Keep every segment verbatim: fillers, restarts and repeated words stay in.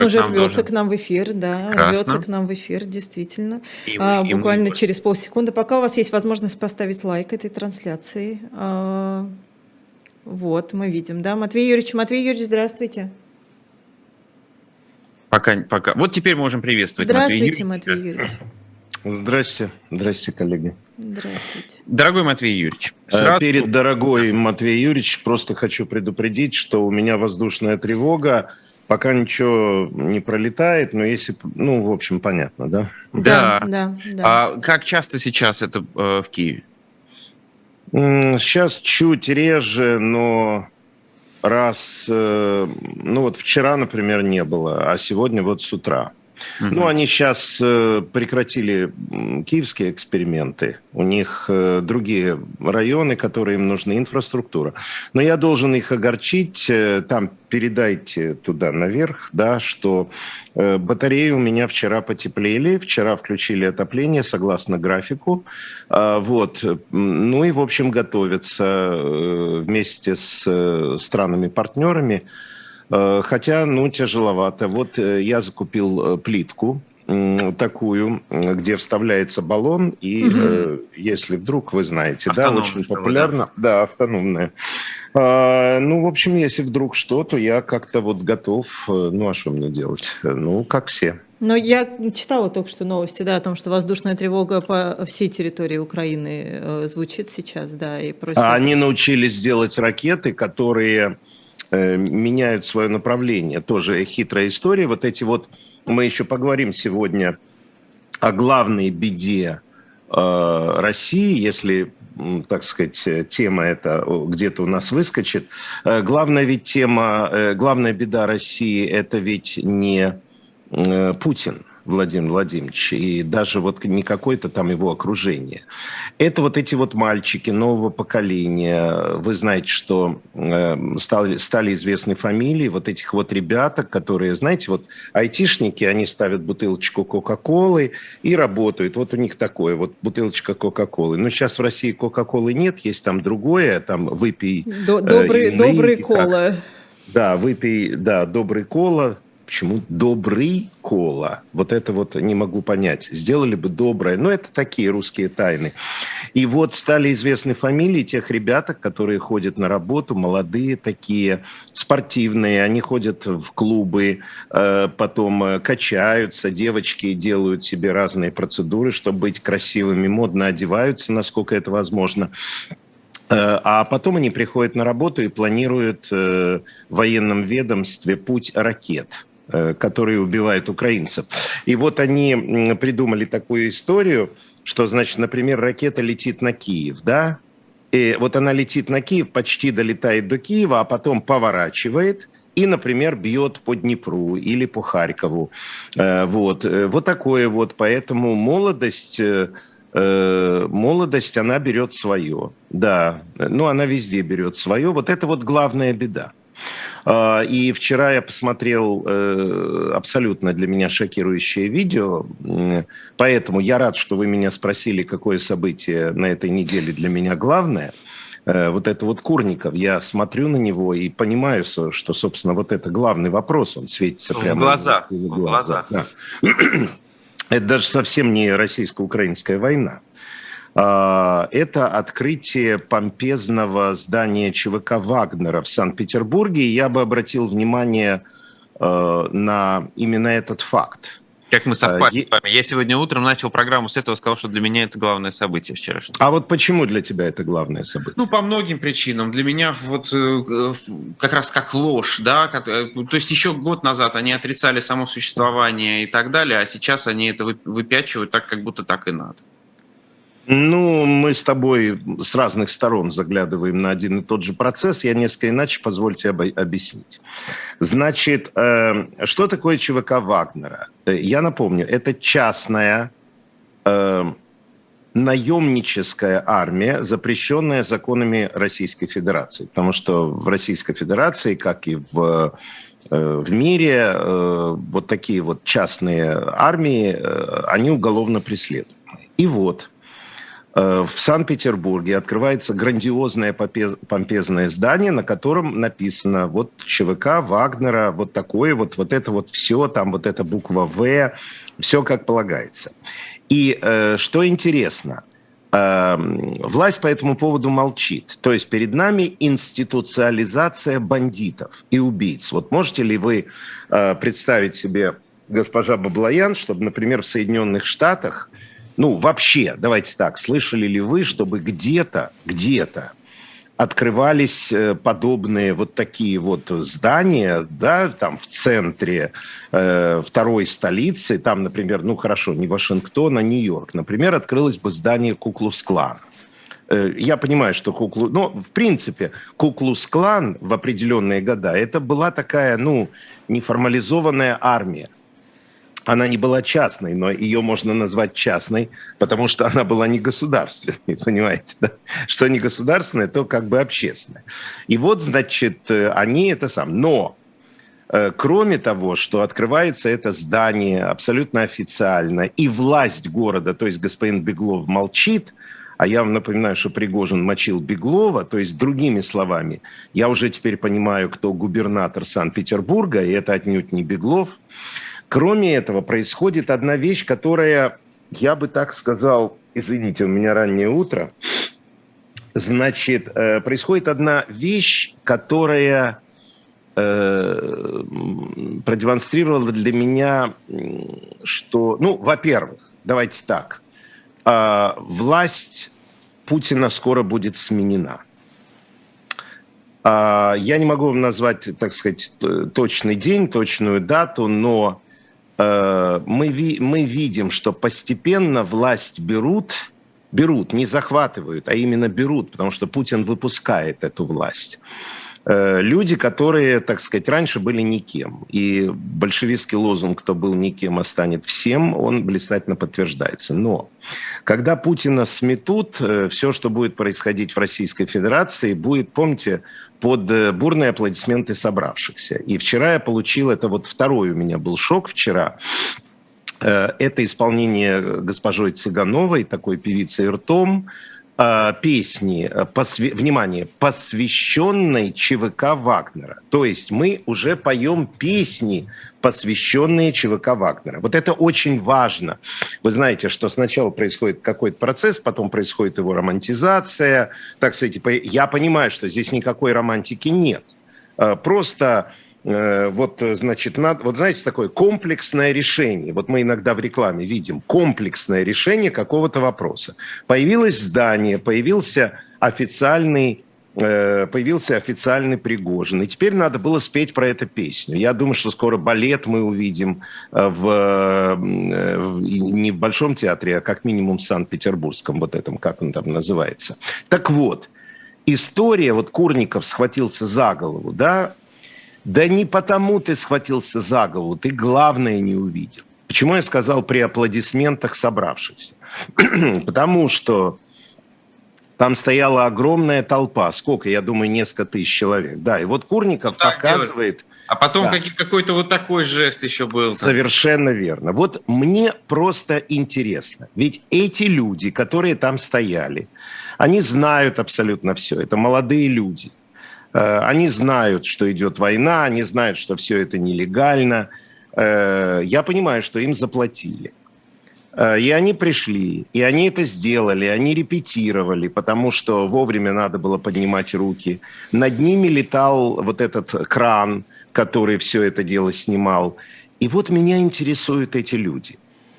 Уже нам рвется должен. к нам в эфир, да, Прекрасно. рвется к нам в эфир, действительно. И мы, А, и мы буквально его через полсекунды. Пока у вас есть возможность поставить лайк этой трансляции. А, вот, мы видим, да. Матвей Юрьевич, Матвей Юрьевич, здравствуйте. Пока, пока. Вот теперь можем приветствовать Матвея Здравствуйте, Юрьевича. Матвей Юрьевич. Здрасте, здрасте, коллеги. Здравствуйте. Дорогой Матвей Юрьевич, Э, сразу... Перед дорогой Матвей Юрьевич просто хочу предупредить, что у меня воздушная тревога. Пока ничего не пролетает, но если... Ну, в общем, понятно, да? Да, Да. да, да. А как часто сейчас это э, в Киеве? М, Сейчас чуть реже, но раз... э, Ну, вот вчера, например, не было, а сегодня вот с утра. Мгм. Ну, они сейчас э, прекратили м, киевские эксперименты. У них э, другие районы, которые им нужны, инфраструктура. Но я должен их огорчить. э, Там передайте туда наверх, да, что э, батареи у меня вчера потеплели. Вчера включили отопление согласно графику. А, Вот. М, Ну и, в общем, готовятся э, вместе с э, странами-партнерами. Э, Хотя, ну, тяжеловато. Вот э, я закупил э, плитку м, такую, м, где вставляется баллон, и Мгм. э, если вдруг вы знаете, да, Автономная, очень чтобы, популярно, да, автономная. А, ну, в общем, если вдруг что, то я как-то вот готов. э, Ну, а что мне делать? Э, Ну, как все. Но я читала только что новости, да, о том, что воздушная тревога по всей территории Украины э, звучит сейчас, да, и А просят... Они научились делать ракеты, которые э, меняют свое направление. Тоже хитрая история. Вот эти вот, мы еще поговорим сегодня о главной беде э, России, если, м, так сказать, э, тема эта о, где-то у нас выскочит. Э, главная ведь тема, э, главная беда России – это ведь не э, Путин, Владимир Владимирович, и даже вот не какое-то там его окружение. Это вот эти вот мальчики нового поколения. Вы знаете, что э, стали, стали известны фамилии вот этих вот ребяток, которые, знаете, вот айтишники, они ставят бутылочку Кока-Колы и работают. Вот у них такое, вот бутылочка Кока-Колы. Но сейчас в России Кока-Колы нет, есть там другое, там выпей До- э, добрый, юны, добрый и как- кола. Да, выпей, да, добрый кола. Почему добрый кола? Вот это вот не могу понять. Сделали бы доброе. Но это такие русские тайны. И вот стали известны фамилии тех ребяток, которые ходят на работу, молодые такие, спортивные. Они ходят в клубы, э, потом э, качаются, девочки делают себе разные процедуры, чтобы быть красивыми, модно одеваются, насколько это возможно. Э, А потом они приходят на работу и планируют э, в военном ведомстве путь ракет, э, которые убивают украинцев. И вот они м, придумали такую историю, что, значит, например, ракета летит на Киев, да? И вот она летит на Киев, почти долетает до Киева, а потом поворачивает и, например, бьет по Днепру или по Харькову. Э, Вот, Э, вот такое вот. Поэтому молодость... э, э, молодость, она берет свое. Да, ну она везде берет свое. Вот это вот главная беда. А, И вчера я посмотрел э, абсолютно для меня шокирующее видео, М, поэтому я рад, что вы меня спросили, какое событие на этой неделе для меня главное. Э, Вот это вот Курников, я смотрю на него и понимаю, со- что, собственно, вот это главный вопрос, он светится В прямо глазах, в его в глазах. глазах. Да. Это даже совсем не российско-украинская война. А, Это открытие помпезного здания ЧВК «Вагнера» в Санкт-Петербурге. И я бы обратил внимание э, на именно этот факт. Как мы совпали Е- с вами. Я сегодня утром начал программу с этого, сказал, что для меня это главное событие вчерашнее. А вот почему для тебя это главное событие? Ну, по многим причинам. Для меня вот э, как раз как ложь, да, как- э, то есть еще год назад они отрицали само существование и так далее, а сейчас они это вы- выпячивают так, как будто так и надо. Ну, мы с тобой с разных сторон заглядываем на один и тот же процесс. Я несколько иначе, позвольте обо- объяснить. Значит, э, что такое ЧВК «Вагнера»? Э, Я напомню, это частная э, наемническая армия, запрещенная законами Российской Федерации. Потому что в Российской Федерации, как и в, э, в мире, э, вот такие вот частные армии, э, они уголовно преследуемы. И вот, в Санкт-Петербурге открывается грандиозное помпезное здание, на котором написано вот ЧВК Вагнера, вот такое вот, вот это вот все, там вот эта буква «В», все как полагается. И э, что интересно, э, власть по этому поводу молчит. То есть перед нами институциализация бандитов и убийц. Вот можете ли вы э, представить себе, госпожа Баблоян, чтобы, например, в Соединенных Штатах, ну, вообще, давайте так, слышали ли вы, чтобы где-то, где-то открывались подобные вот такие вот здания, да, там в центре э, второй столицы, там, например, ну, хорошо, не Вашингтон, а Нью-Йорк, например, открылось бы здание Ку-клукс-клана. Э, я понимаю, что Ку-клу... Ну, в принципе, Ку-клукс-клан в определенные года, это была такая, ну, неформализованная армия. Она не была частной, но ее можно назвать частной, потому что она была не государственной, понимаете, да? Что не государственное, то как бы общественное. И вот, значит, они это сам. Но, э, кроме того, что открывается это здание абсолютно официально, и власть города, то есть господин Беглов молчит, а я вам напоминаю, что Пригожин мочил Беглова, то есть, другими словами, я уже теперь понимаю, кто губернатор Санкт-Петербурга, и это отнюдь не Беглов. Кроме этого, происходит одна вещь, которая, я бы так сказал, извините, у меня раннее утро, значит, происходит одна вещь, которая э, продемонстрировала для меня, что, ну, во-первых, давайте так, э, власть Путина скоро будет сменена. Э, я не могу вам назвать, так сказать, точный день, точную дату, но Мы, ви, мы видим, что постепенно власть берут, берут, не захватывают, а именно берут, потому что Путин выпускает эту власть. Люди, которые, так сказать, раньше были никем. И большевистский лозунг «кто был никем, а станет всем», он блистательно подтверждается. Но когда Путина сметут, все, что будет происходить в Российской Федерации, будет, помните, под бурные аплодисменты собравшихся. И вчера я получил, это вот второй у меня был шок вчера, это исполнение госпожой Цыгановой, такой певицей ртом, песни, посвя... внимание, посвященной ЧВК Вагнера. То есть мы уже поем песни, посвященные ЧВК Вагнера. Вот это очень важно. Вы знаете, что сначала происходит какой-то процесс, потом происходит его романтизация. Так сказать, я понимаю, что здесь никакой романтики нет. Просто... Вот, значит, надо, вот знаете, такое комплексное решение. Вот мы иногда в рекламе видим комплексное решение какого-то вопроса. Появилось здание, появился официальный, появился официальный Пригожин. И теперь надо было спеть про эту песню. Я думаю, что скоро балет мы увидим в, не в Большом театре, а как минимум в Санкт-Петербургском, вот этом, как он там называется. Так вот, история, вот Курников схватился за голову, да, Да не потому ты схватился за голову, ты главное не увидел. Почему я сказал при аплодисментах собравшихся? Потому что там стояла огромная толпа. Сколько? Я думаю, несколько тысяч человек. Да, и вот Курников да, показывает... Делать. А потом да. какой-то вот такой жест еще был. Совершенно верно. Вот мне просто интересно. Ведь эти люди, которые там стояли, они знают абсолютно все. Это молодые люди. Они знают, что идет война, они знают, что все это нелегально. Я понимаю, что им заплатили. И они пришли, и они это сделали, они репетировали, потому что вовремя надо было поднимать руки. Над ними летал вот этот кран, который все это дело снимал. И вот меня интересуют эти люди.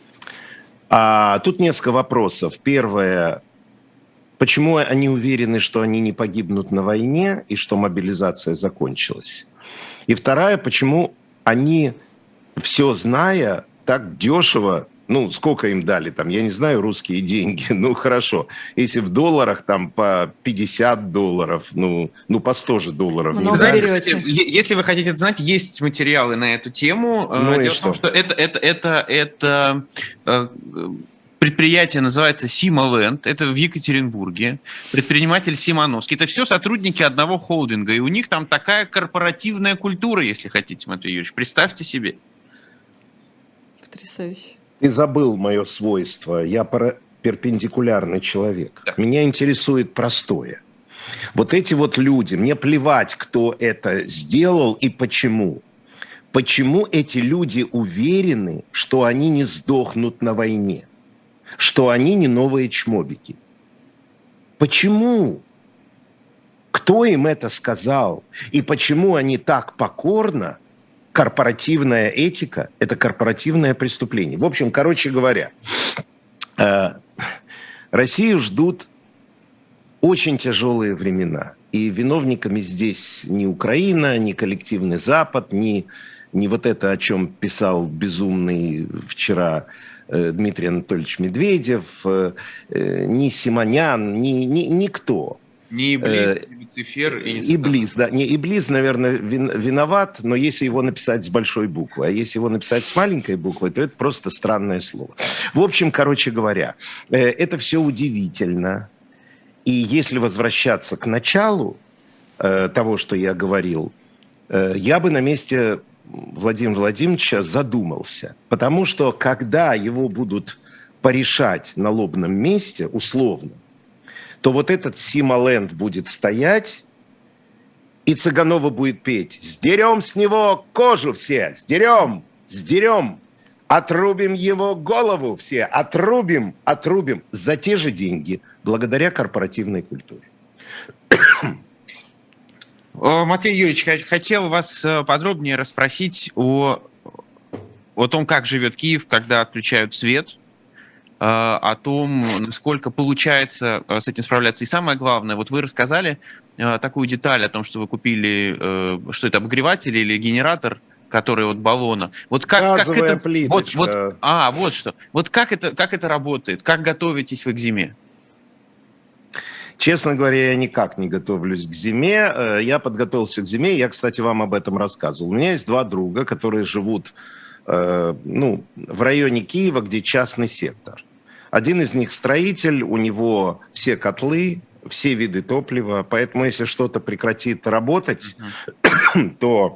А тут несколько вопросов. Первое. Почему они уверены, что они не погибнут на войне и что мобилизация закончилась? И вторая, почему они, все зная, так дешево, ну, сколько им дали там, я не знаю, русские деньги, ну, хорошо, если в долларах там по пятьдесят долларов, ну, ну по сто же долларов. Много берете. Если вы хотите это знать, есть материалы на эту тему. Ну, Дело в том, что это... это, это, это предприятие называется Симоленд, это в Екатеринбурге, предприниматель Симоновский. Это все сотрудники одного холдинга, и у них там такая корпоративная культура, если хотите, Матвей Юрьевич. Представьте себе. Потрясающе. Ты забыл мое свойство. Я, пара... перпендикулярный человек. Да. Меня интересует простое. Вот эти вот люди, мне плевать, кто это сделал и почему. Почему эти люди уверены, что они не сдохнут на войне? Что они не новые чмобики? Почему? Кто им это сказал? И почему они так покорно? Корпоративная этика – это корпоративное преступление. В общем, короче говоря, Россию ждут очень тяжелые времена. И виновниками здесь не Украина, не коллективный Запад, не, не вот это, о чем писал безумный вчера э, Дмитрий Анатольевич Медведев, э, э, ни Симонян, ни, ни, никто. Не Иблис, не Люцифер и не Иблис, да. Не, Иблис, наверное, виноват, но если его написать с большой буквы, а если его написать с маленькой буквы, то это просто странное слово. В общем, короче говоря, это все удивительно. И если возвращаться к началу э, того, что я говорил, э, я бы на месте Владимира Владимировича задумался. Потому что когда его будут порешать на лобном месте, условно, то вот этот Симоленд будет стоять, и Цыганова будет петь: «Сдерем с него кожу все, сдерем, сдерем, отрубим его голову все, отрубим, отрубим за те же деньги, благодаря корпоративной культуре». Матвей Юрьевич, хотел вас подробнее расспросить о, о том, как живет Киев, когда отключают свет, о том, насколько получается с этим справляться. И самое главное, вот вы рассказали такую деталь о том, что вы купили, что это, обогреватель или генератор, который от баллона. Вот как, как это, вот, вот, а, вот что. Вот как это, как это работает? Как готовитесь вы к зиме? Честно говоря, я никак не готовлюсь к зиме. Я подготовился к зиме. Я, кстати, вам об этом рассказывал. У меня есть два друга, которые живут ну, в районе Киева, где частный сектор. Один из них строитель, у него все котлы, все виды топлива. Поэтому, если что-то прекратит работать, uh-huh. то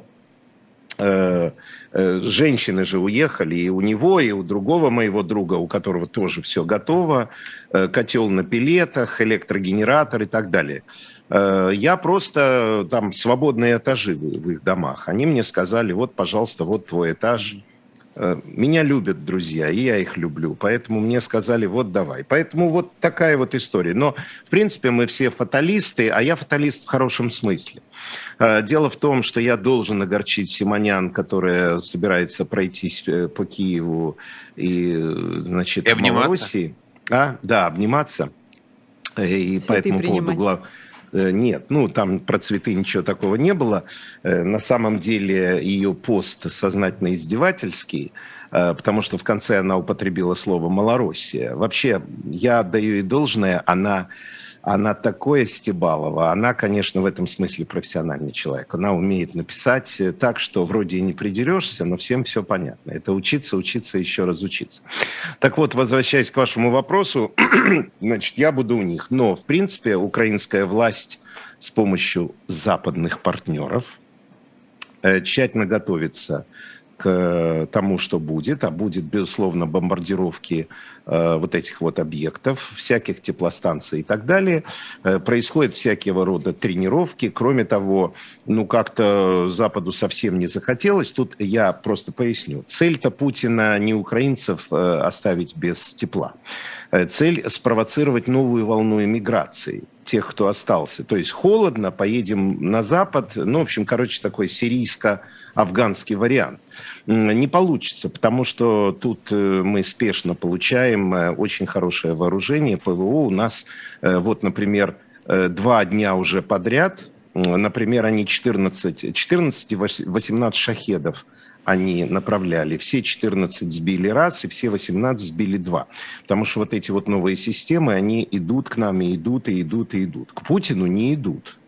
э, э, женщины же уехали и у него, и у другого моего друга, у которого тоже все готово. Э, котел на пеллетах, электрогенератор и так далее. Э, я просто там свободные этажи в, в их домах. Они мне сказали: вот, пожалуйста, вот твой этаж. Меня любят друзья, и я их люблю. Поэтому мне сказали: вот давай. Поэтому вот такая вот история. Но, в принципе, мы все фаталисты, а я фаталист в хорошем смысле. Дело в том, что я должен огорчить Симонян, которая собирается пройтись по Киеву и, значит, и в Малороссии. А? Да, обниматься. И Цветы по этому принимать. поводу глав... Нет, ну там про цветы ничего такого не было. На самом деле ее пост сознательно издевательский, потому что в конце она употребила слово «Малороссия». Вообще, я отдаю ей должное, она, она такое стебалова. Она, конечно, в этом смысле профессиональный человек. Она умеет написать так, что вроде и не придерешься, но всем все понятно. Это учиться, учиться, еще раз учиться. Так вот, возвращаясь к вашему вопросу, значит, я буду у них. Но, в принципе, украинская власть с помощью западных партнеров тщательно готовится к тому, что будет, а будет, безусловно, бомбардировки э, вот этих вот объектов, всяких теплостанций и так далее. Э, происходят всякого рода тренировки. Кроме того, ну как-то Западу совсем не захотелось. Тут я просто поясню. Цель-то Путина не украинцев э, оставить без тепла. Э, цель спровоцировать новую волну эмиграции тех, кто остался. То есть холодно, поедем на Запад. Ну, в общем, короче, такой сирийско-афганский вариант. Не получится, потому что тут мы спешно получаем очень хорошее вооружение. ПВО у нас, вот, например, два дня уже подряд, например, они четырнадцать, четырнадцать и восемнадцать шахедов они направляли. Все четырнадцать сбили раз, и все восемнадцать сбили два. Потому что вот эти вот новые системы, они идут к нам, и идут, и идут, и идут. К Путину не идут.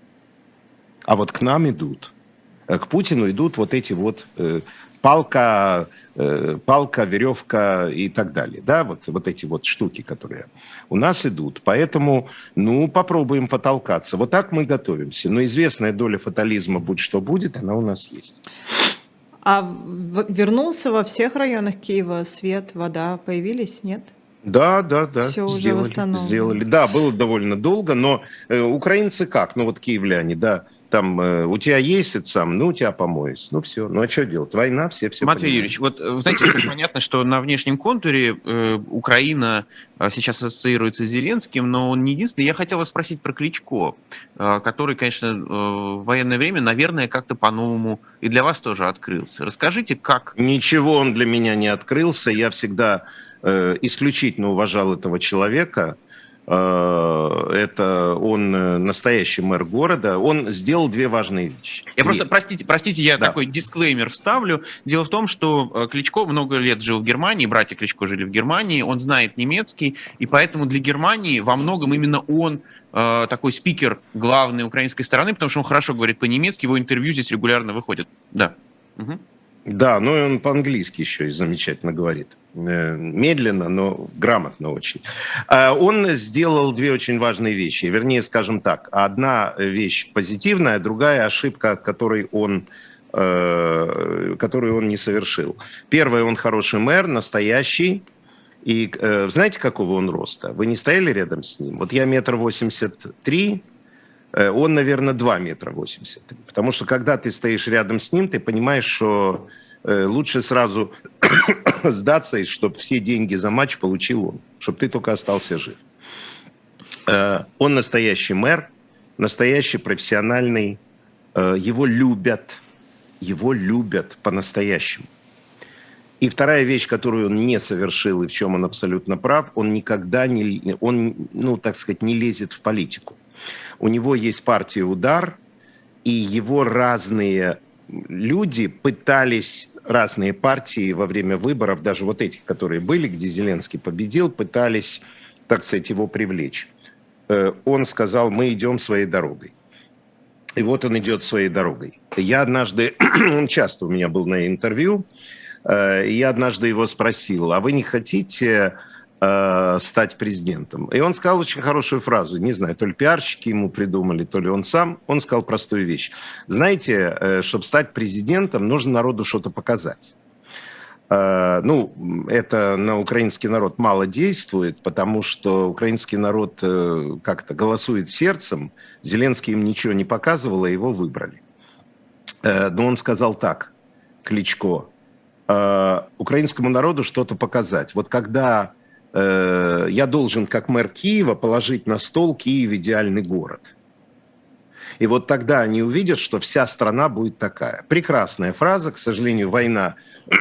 А вот к нам идут. К Путину идут вот эти вот э, палка, э, палка, веревка и так далее. Да, вот, вот эти вот штуки, которые у нас идут. Поэтому, ну, попробуем потолкаться. Вот так мы готовимся. Но известная доля фатализма, будь что будет, она у нас есть. А вернулся во всех районах Киева свет, вода появились, нет? Да, да, да, Все уже сделали, восстановлено. сделали. Да, было довольно долго, но э, украинцы как? Ну вот киевляне, да, там э, у тебя есть это сам, ну у тебя помоюсь, ну все, ну а что делать? Война, все все Матвей понимают. Юрьевич, вот, вы знаете, понятно, что на внешнем контуре э, Украина э, сейчас ассоциируется с Зеленским, но он не единственный. Я хотел вас спросить про Кличко, э, который, конечно, э, в военное время, наверное, как-то по-новому и для вас тоже открылся. Расскажите, как... Ничего он для меня не открылся, я всегда э, исключительно уважал этого человека. Это он настоящий мэр города. Он сделал две важные вещи. Я просто, простите, простите, я да. такой дисклеймер вставлю. Дело в том, что Кличко много лет жил в Германии, братья Кличко жили в Германии, он знает немецкий, и поэтому для Германии во многом именно он э, такой спикер главной украинской стороны, потому что он хорошо говорит по-немецки, его интервью здесь регулярно выходят. Да. Угу. Да, ну и он по-английски еще и замечательно говорит. Медленно, но грамотно очень. Он сделал две очень важные вещи. Вернее, скажем так, одна вещь позитивная, другая ошибка, которой он, которую он не совершил. Первое, он хороший мэр, настоящий. И знаете, какого он роста? Вы не стояли рядом с ним? Вот я метр восемьдесят три, он, наверное, два метра восемьдесят три. Потому что когда ты стоишь рядом с ним, ты понимаешь, что лучше сразу сдаться, и чтобы все деньги за матч получил он, чтобы ты только остался жив. Он настоящий мэр, настоящий профессиональный, его любят, его любят по-настоящему. И вторая вещь, которую он не совершил, и в чем он абсолютно прав, он никогда не, он, ну, так сказать, не лезет в политику. У него есть партия «Удар», и его разные люди пытались, разные партии во время выборов, даже вот этих, которые были, где Зеленский победил, пытались, так сказать, его привлечь. Он сказал: мы идем своей дорогой. И вот он идет своей дорогой. Я однажды, он часто у меня был на интервью, я однажды его спросил: а вы не хотите стать президентом? И он сказал очень хорошую фразу, не знаю, то ли пиарщики ему придумали, то ли он сам. Он сказал простую вещь: знаете, чтобы стать президентом, нужно народу что-то показать. Ну, это на украинский народ мало действует, потому что украинский народ как-то голосует сердцем. Зеленский им ничего не показывал, а его выбрали. Но он сказал так, Кличко: украинскому народу что-то показать. Вот когда я должен, как мэр Киева, положить на стол Киев идеальный город. И вот тогда они увидят, что вся страна будет такая. Прекрасная фраза. К сожалению, война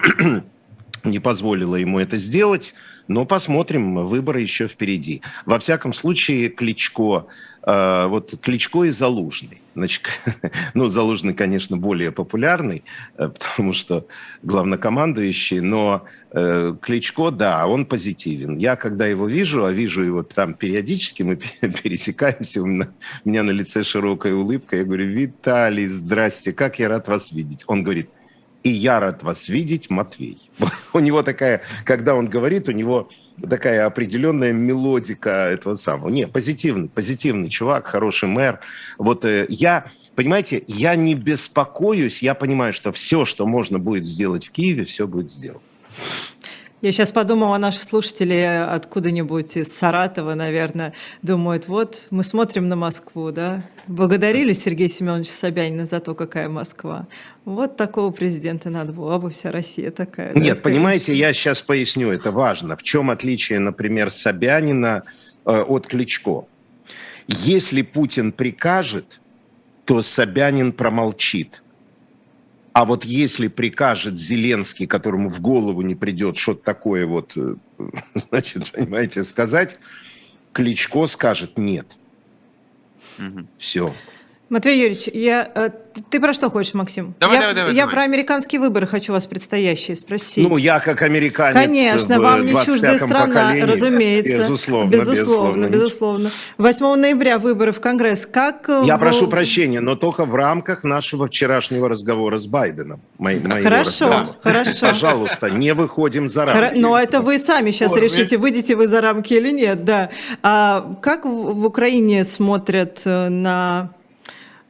не позволила ему это сделать. Но посмотрим, выборы еще впереди. Во всяком случае, Кличко, э, вот Кличко и Залужный. Значит, ну, Залужный, конечно, более популярный, э, потому что главнокомандующий, но э, Кличко, да, он позитивен. Я, когда его вижу, а вижу его там периодически, мы пересекаемся, у меня, у меня на лице широкая улыбка, я говорю: Виталий, здрасте, как я рад вас видеть. Он говорит: и я рад вас видеть, Матвей. У него такая, когда он говорит, у него такая определенная мелодика этого самого. Не, позитивный, позитивный чувак, хороший мэр. Вот э, я, понимаете, я не беспокоюсь, я понимаю, что все, что можно будет сделать в Киеве, все будет сделано. Я сейчас подумала, наши слушатели откуда-нибудь из Саратова, наверное, думают: вот мы смотрим на Москву, да, благодарили Сергея Семеновича Собянина за то, какая Москва. Вот такого президента надо было, а бы вся Россия такая. Нет, да, понимаете, конечно. я сейчас поясню, это важно. В чем отличие, например, Собянина э, от Кличко? Если Путин прикажет, то Собянин промолчит. А вот если прикажет Зеленский, которому в голову не придет что-то такое вот, значит, понимаете, сказать, Кличко скажет нет. Угу. Все. Матвей Юрьевич, я, ты про что хочешь, Максим? Давай, я давай, давай, я давай. про американские выборы хочу вас предстоящие спросить. Ну, я как американец. Конечно, вам не чуждая страна, разумеется. Безусловно, безусловно, безусловно. безусловно. восьмого ноября выборы в Конгресс. Как я в... прошу прощения, но только в рамках нашего вчерашнего разговора с Байденом. Мо- хорошо, хорошо. Пожалуйста, не выходим за рамки. Хор... Но это вы сами сейчас Форме. решите, выйдете вы за рамки или нет. Да. А как в Украине смотрят на...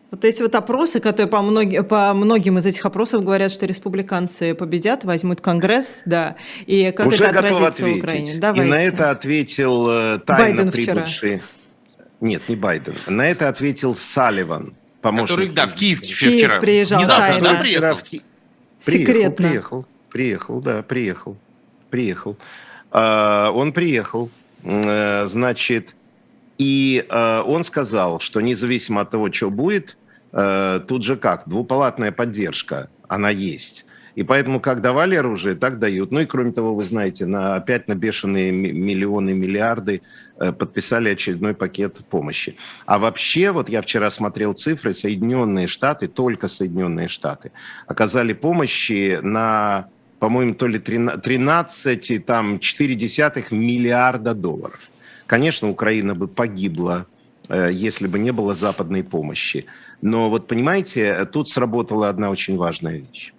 Вот эти вот опросы, которые по, многим, по многим из этих опросов говорят, что республиканцы победят, возьмут Конгресс, да. И как Уже это готов отразится ответить. в Украине? Давайте. И на это ответил э, тайно Байден прибывший... вчера. Нет, не Байден. На это ответил Салливан, помощник. Который, да, в Киев Киев вчера. приезжал, Не завтра, тайно. да, Вчера приехал? в Ки- Приехал, Секретно. приехал, приехал, да, приехал, приехал. А, он приехал, э, значит, и э, он сказал, что независимо от того, что будет, э, тут же как, двупалатная поддержка, она есть. И поэтому как давали оружие, так дают. Ну и кроме того, вы знаете, на, опять на бешеные миллионы, миллиарды э, подписали очередной пакет помощи. А вообще, вот я вчера смотрел цифры, Соединенные Штаты, только Соединенные Штаты, оказали помощи на, по-моему, то ли тринадцать, там, четыре десятых миллиарда долларов. Конечно, Украина бы погибла, э, если бы не было западной помощи. Но вот понимаете, тут сработала одна очень важная вещь.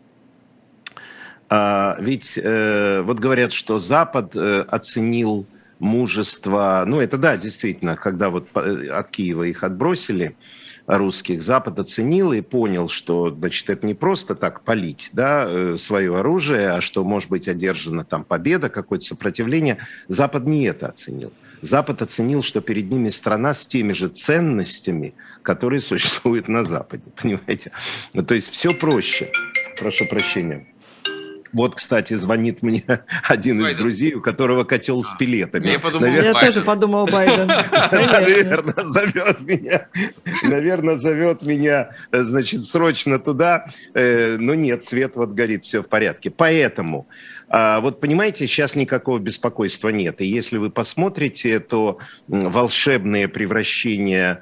А, ведь э, вот говорят, что Запад э, оценил мужество, ну это да, действительно, когда вот от Киева их отбросили, русских, Запад оценил и понял, что, значит, это не просто так палить, да, э, свое оружие, а что может быть одержана там победа, какое-то сопротивление. Запад не это оценил. Запад оценил, что перед ними страна с теми же ценностями, которые существуют на Западе, понимаете? Ну, то есть все проще. Прошу прощения. Вот, кстати, звонит мне один Байден. из друзей, у которого котел с пилетами. Я, подумал, Наверное, я тоже подумал Байден. Наверное, зовет меня. Наверное, зовет меня, значит, срочно туда. Но нет, свет вот горит, все в порядке. Поэтому, вот понимаете, сейчас никакого беспокойства нет. И если вы посмотрите, то волшебное превращение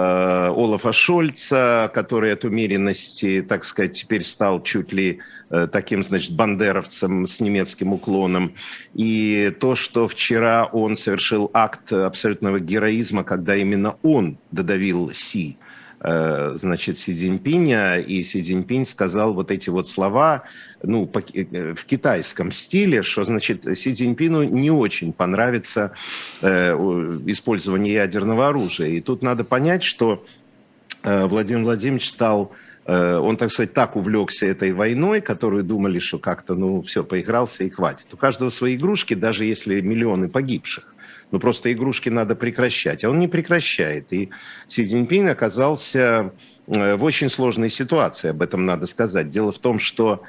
Олафа Шольца, который от умеренности, так сказать, теперь стал чуть ли таким, значит, бандеровцем с немецким уклоном. И то, что вчера он совершил акт абсолютного героизма, когда именно он додавил Си, значит, Си Цзиньпиня, и Си Цзиньпинь сказал вот эти вот слова, ну, по, в китайском стиле, что, значит, Си Цзиньпину не очень понравится э, использование ядерного оружия. И тут надо понять, что э, Владимир Владимирович стал, э, он, так сказать, так увлекся этой войной, которую думали, что как-то, ну, все, поигрался и хватит. У каждого свои игрушки, даже если миллионы погибших. Ну, просто игрушки надо прекращать. А он не прекращает. И Си Цзиньпин оказался в очень сложной ситуации, об этом надо сказать. Дело в том, что,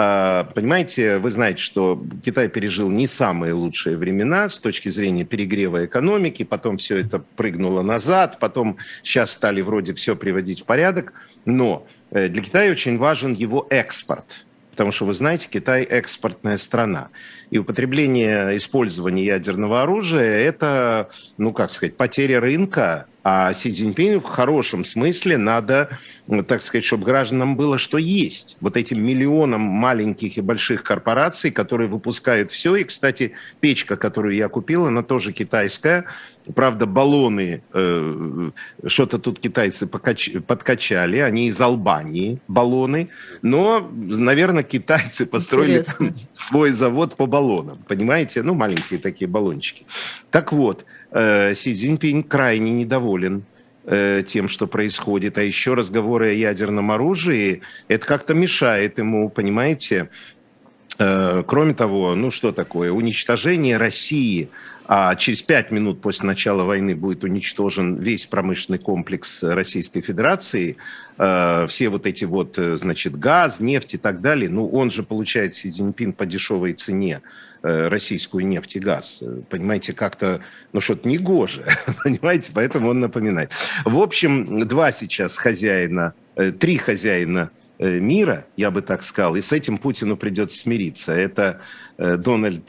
понимаете, вы знаете, что Китай пережил не самые лучшие времена с точки зрения перегрева экономики, потом все это прыгнуло назад, потом сейчас стали вроде все приводить в порядок. Но для Китая очень важен его экспорт. Потому что, вы знаете, Китай экспортная страна. И употребление, использование ядерного оружия – это, ну, как сказать, потеря рынка. А Си Цзиньпину в хорошем смысле надо, так сказать, чтобы гражданам было что есть. Вот этим миллионам маленьких и больших корпораций, которые выпускают все. И, кстати, печка, которую я купил, она тоже китайская. Правда, баллоны, э, что-то тут китайцы покач... подкачали, они из Албании, баллоны. Но, наверное, китайцы построили там свой завод по баллонам, понимаете? Ну, маленькие такие баллончики. Так вот, э, Си Цзиньпин крайне недоволен э, тем, что происходит. А еще разговоры о ядерном оружии, это как-то мешает ему, понимаете? Э, кроме того, ну что такое? Уничтожение России. А через пять минут после начала войны будет уничтожен весь промышленный комплекс Российской Федерации, э, все вот эти вот, значит, газ, нефть и так далее. Ну, он же получает, Си Цзиньпин, по дешевой цене э, российскую нефть и газ. Понимаете, как-то, ну, что-то негоже, понимаете, поэтому он напоминает. В общем, два сейчас хозяина, э, три хозяина мира, я бы так сказал, и с этим Путину придется смириться. Это э, Дональд...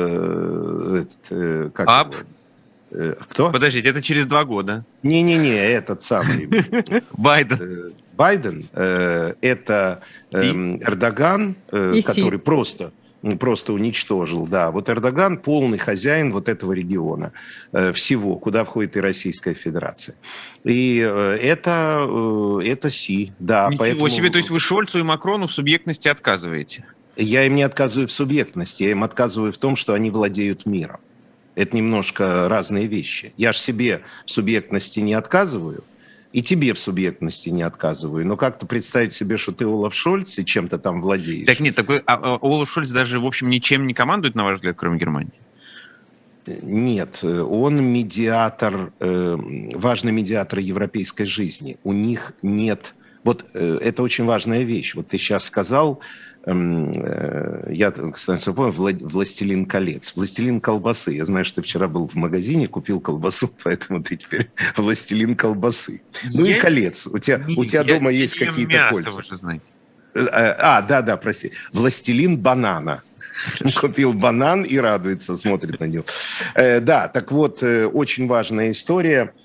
Э, э, как Ап. Э, кто? Подождите, это через два года. Не-не-не, этот самый... Байден. Байден. Э, это э, Эрдоган, э, который просто... просто уничтожил, да. Вот Эрдоган полный хозяин вот этого региона, э, всего, куда входит и Российская Федерация. И э, это, э, это Си, да. Ничего поэтому... себе, то есть вы Шольцу и Макрону в субъектности отказываете? Я им не отказываю в субъектности, я им отказываю в том, что они владеют миром. Это немножко разные вещи. Я же себе в субъектности не отказываю. И тебе в субъектности не отказываю. Но как-то представить себе, что ты Олаф Шольц и чем-то там владеешь. Так нет, такой, а, а, Олаф Шольц даже, в общем, ничем не командует, на ваш взгляд, кроме Германии? Нет, он медиатор, важный медиатор европейской жизни. У них нет... Вот это очень важная вещь. Вот ты сейчас сказал, я, кстати, помню, «Властелин колец», «Властелин колбасы». Я знаю, что ты вчера был в магазине, купил колбасу, поэтому ты теперь «Властелин колбасы». Ну я... и колец. У тебя, не, у тебя я, дома я есть какие-то мясо, кольца. Вы же знаете. А, да-да, прости. «Властелин банана». Купил банан и радуется, смотрит на него. Да, так вот, очень важная история.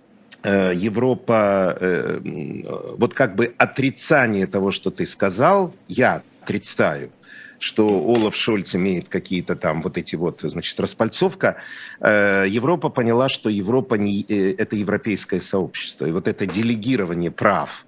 Европа, вот как бы отрицание того, что ты сказал, я отрицаю, что Олаф Шольц имеет какие-то там вот эти вот, значит, распальцовка. Европа поняла, что Европа не, это европейское сообщество. И вот это делегирование прав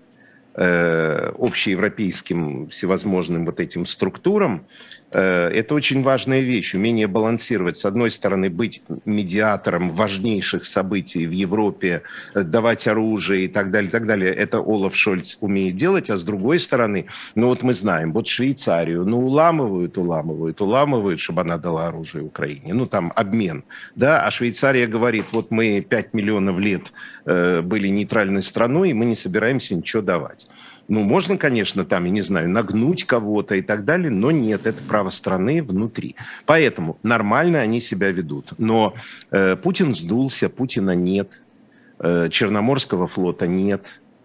общеевропейским всевозможным вот этим структурам, это очень важная вещь, умение балансировать. С одной стороны, быть медиатором важнейших событий в Европе, давать оружие и так далее, и так далее. Это Олаф Шольц умеет делать. А с другой стороны, ну вот мы знаем, вот Швейцарию, ну уламывают, уламывают, уламывают, чтобы она дала оружие Украине. Ну там обмен, да. А Швейцария говорит, вот мы пять миллионов лет э, были нейтральной страной, и мы не собираемся ничего давать. Ну, можно, конечно, там, я не знаю, нагнуть кого-то и так далее, но нет, это право страны внутри. Поэтому нормально они себя ведут. Но э, Путин сдулся, Путина нет, э, Черноморского флота нет,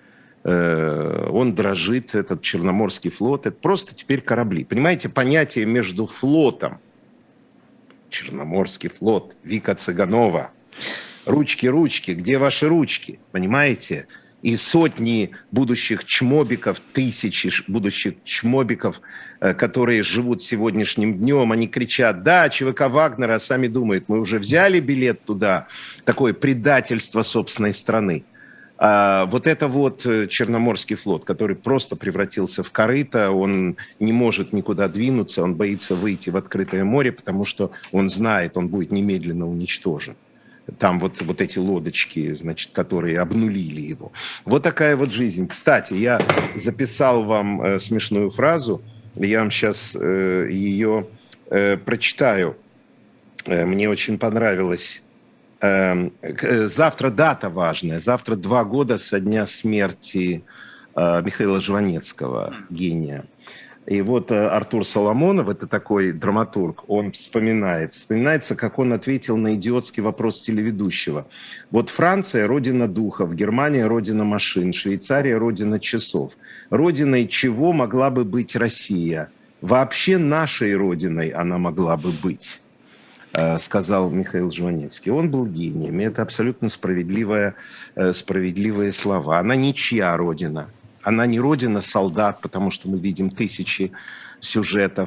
э, он дрожит, этот Черноморский флот, это просто теперь корабли. Понимаете, понятие между флотом, Черноморский флот, Вика Цыганова, ручки-ручки, где ваши ручки, понимаете? И сотни будущих чмобиков, тысячи будущих чмобиков, которые живут сегодняшним днем, они кричат, да, ЧВК Вагнера, сами думают, мы уже взяли билет туда, такое предательство собственной страны. А вот это вот Черноморский флот, который просто превратился в корыто, он не может никуда двинуться, он боится выйти в открытое море, потому что он знает, он будет немедленно уничтожен. Там вот, вот эти лодочки, значит, которые обнулили его. Вот такая вот жизнь. Кстати, я записал вам э, смешную фразу. Я вам сейчас э, ее э, прочитаю. Э, мне очень понравилось. Э, э, завтра дата важная. Завтра два года со дня смерти э, Михаила Жванецкого, гения. И вот Артур Соломонов, это такой драматург, он вспоминает, вспоминается, как он ответил на идиотский вопрос телеведущего. Вот Франция – родина духов, Германия – родина машин, Швейцария – родина часов. Родиной чего могла бы быть Россия? Вообще нашей родиной она могла бы быть, сказал Михаил Жванецкий. Он был гением, и это абсолютно справедливые, справедливые слова. Она ничья родина. Она не родина солдат, потому что мы видим тысячи сюжетов,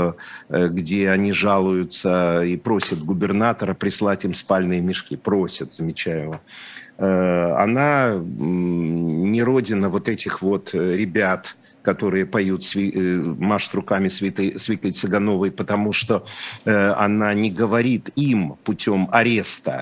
где они жалуются и просят губернатора прислать им спальные мешки. Просят, замечаю. Она не родина вот этих вот ребят, которые поют, машут руками с Викой Цыгановой, потому что она не говорит им путем ареста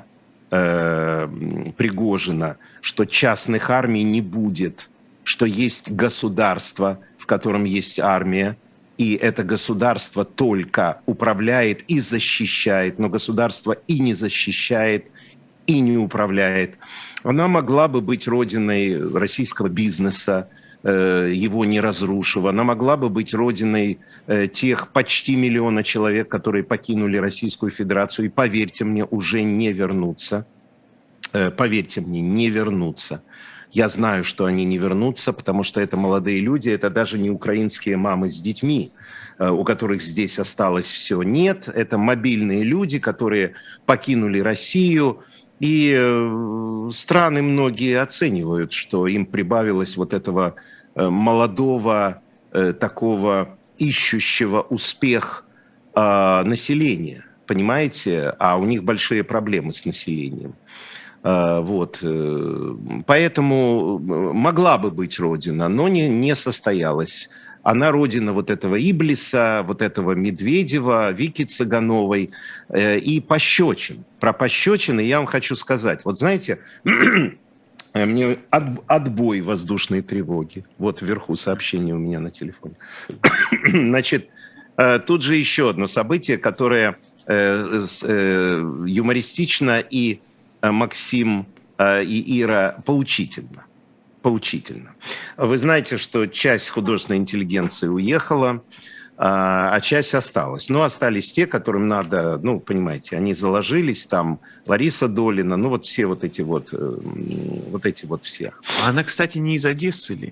Пригожина, что частных армий не будет, что есть государство, в котором есть армия, и это государство только управляет и защищает, но государство и не защищает, и не управляет. Она могла бы быть родиной российского бизнеса, его не разрушив. Она могла бы быть родиной тех почти миллиона человек, которые покинули Российскую Федерацию, и, поверьте мне, уже не вернутся. Поверьте мне, не вернутся. Я знаю, что они не вернутся, потому что это молодые люди, это даже не украинские мамы с детьми, у которых здесь осталось все. Нет, это мобильные люди, которые покинули Россию, и страны многие оценивают, что им прибавилось вот этого молодого, такого ищущего успех населения, понимаете? А у них большие проблемы с населением. Вот. Поэтому могла бы быть родина, но не, не состоялась. Она родина вот этого Иблиса, вот этого Медведева, Вики Цыгановой и пощечин. Про пощечины я вам хочу сказать. Вот знаете, Мне от, отбой воздушной тревоги. Вот вверху сообщение у меня на телефоне. Значит, тут же еще одно событие, которое э, э, юмористично и э, Максим э, и Ира поучительно. Поучительно. Вы знаете, что часть художественной интеллигенции уехала, а часть осталась. Но остались те, которым надо, ну, понимаете, они заложились, там Лариса Долина, ну, вот все вот эти вот, вот эти вот все. Она, кстати, не из Одессы ли?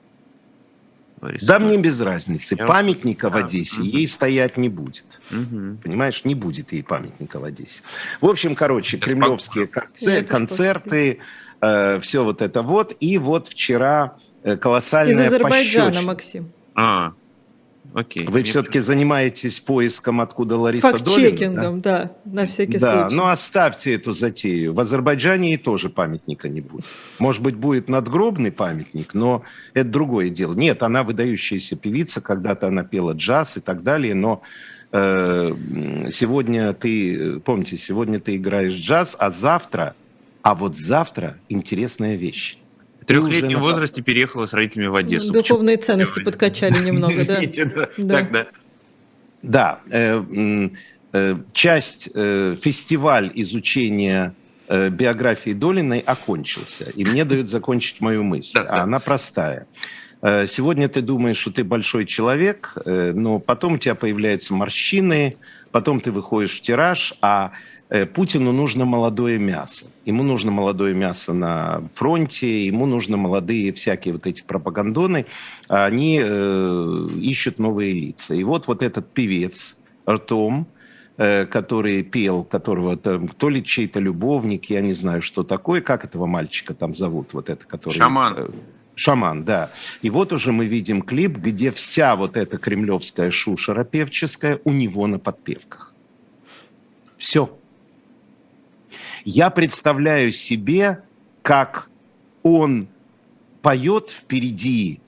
Лариса да Долина. Мне без разницы. Я... Памятника в Одессе а, ей угу. стоять не будет. Угу. Понимаешь, не будет ей памятника в Одессе. В общем, короче, это кремлевские концерты, концерты э, все вот это вот. И вот вчера колоссальная пощечина. Из Азербайджана, пощечина. Максим. А, окей. Вы Мне все-таки занимаетесь поиском, откуда Лариса Долина? Факт-чекингом, да? да, на всякий да, случай. Да, ну оставьте эту затею. В Азербайджане и тоже памятника не будет. Может быть, будет надгробный памятник, но это другое дело. Нет, она выдающаяся певица, когда-то она пела джаз и так далее, но э, сегодня ты, помните, сегодня ты играешь джаз, а завтра, а вот завтра интересная вещь. В трехлетнем возрасте переехала с родителями в Одессу. Духовные ценности подкачали немного, да? Извините, да. Так, да. Да, э, э, часть, э, фестиваль изучения э, биографии Долиной окончился, и мне дают закончить мою мысль, а она простая. Э, сегодня ты думаешь, что ты большой человек, э, но потом у тебя появляются морщины, потом ты выходишь в тираж, а Путину нужно молодое мясо. Ему нужно молодое мясо на фронте, ему нужно молодые всякие вот эти пропагандоны. Они э, ищут новые лица. И вот, вот этот певец ртом, э, который пел, которого там, то ли чей-то любовник, я не знаю, что такое, как этого мальчика там зовут, вот это, который... Шаман. Э, Шаман, да. И вот уже мы видим клип, где вся вот эта кремлевская шушера певческая у него на подпевках. Все. Я представляю себе, как он поет впереди,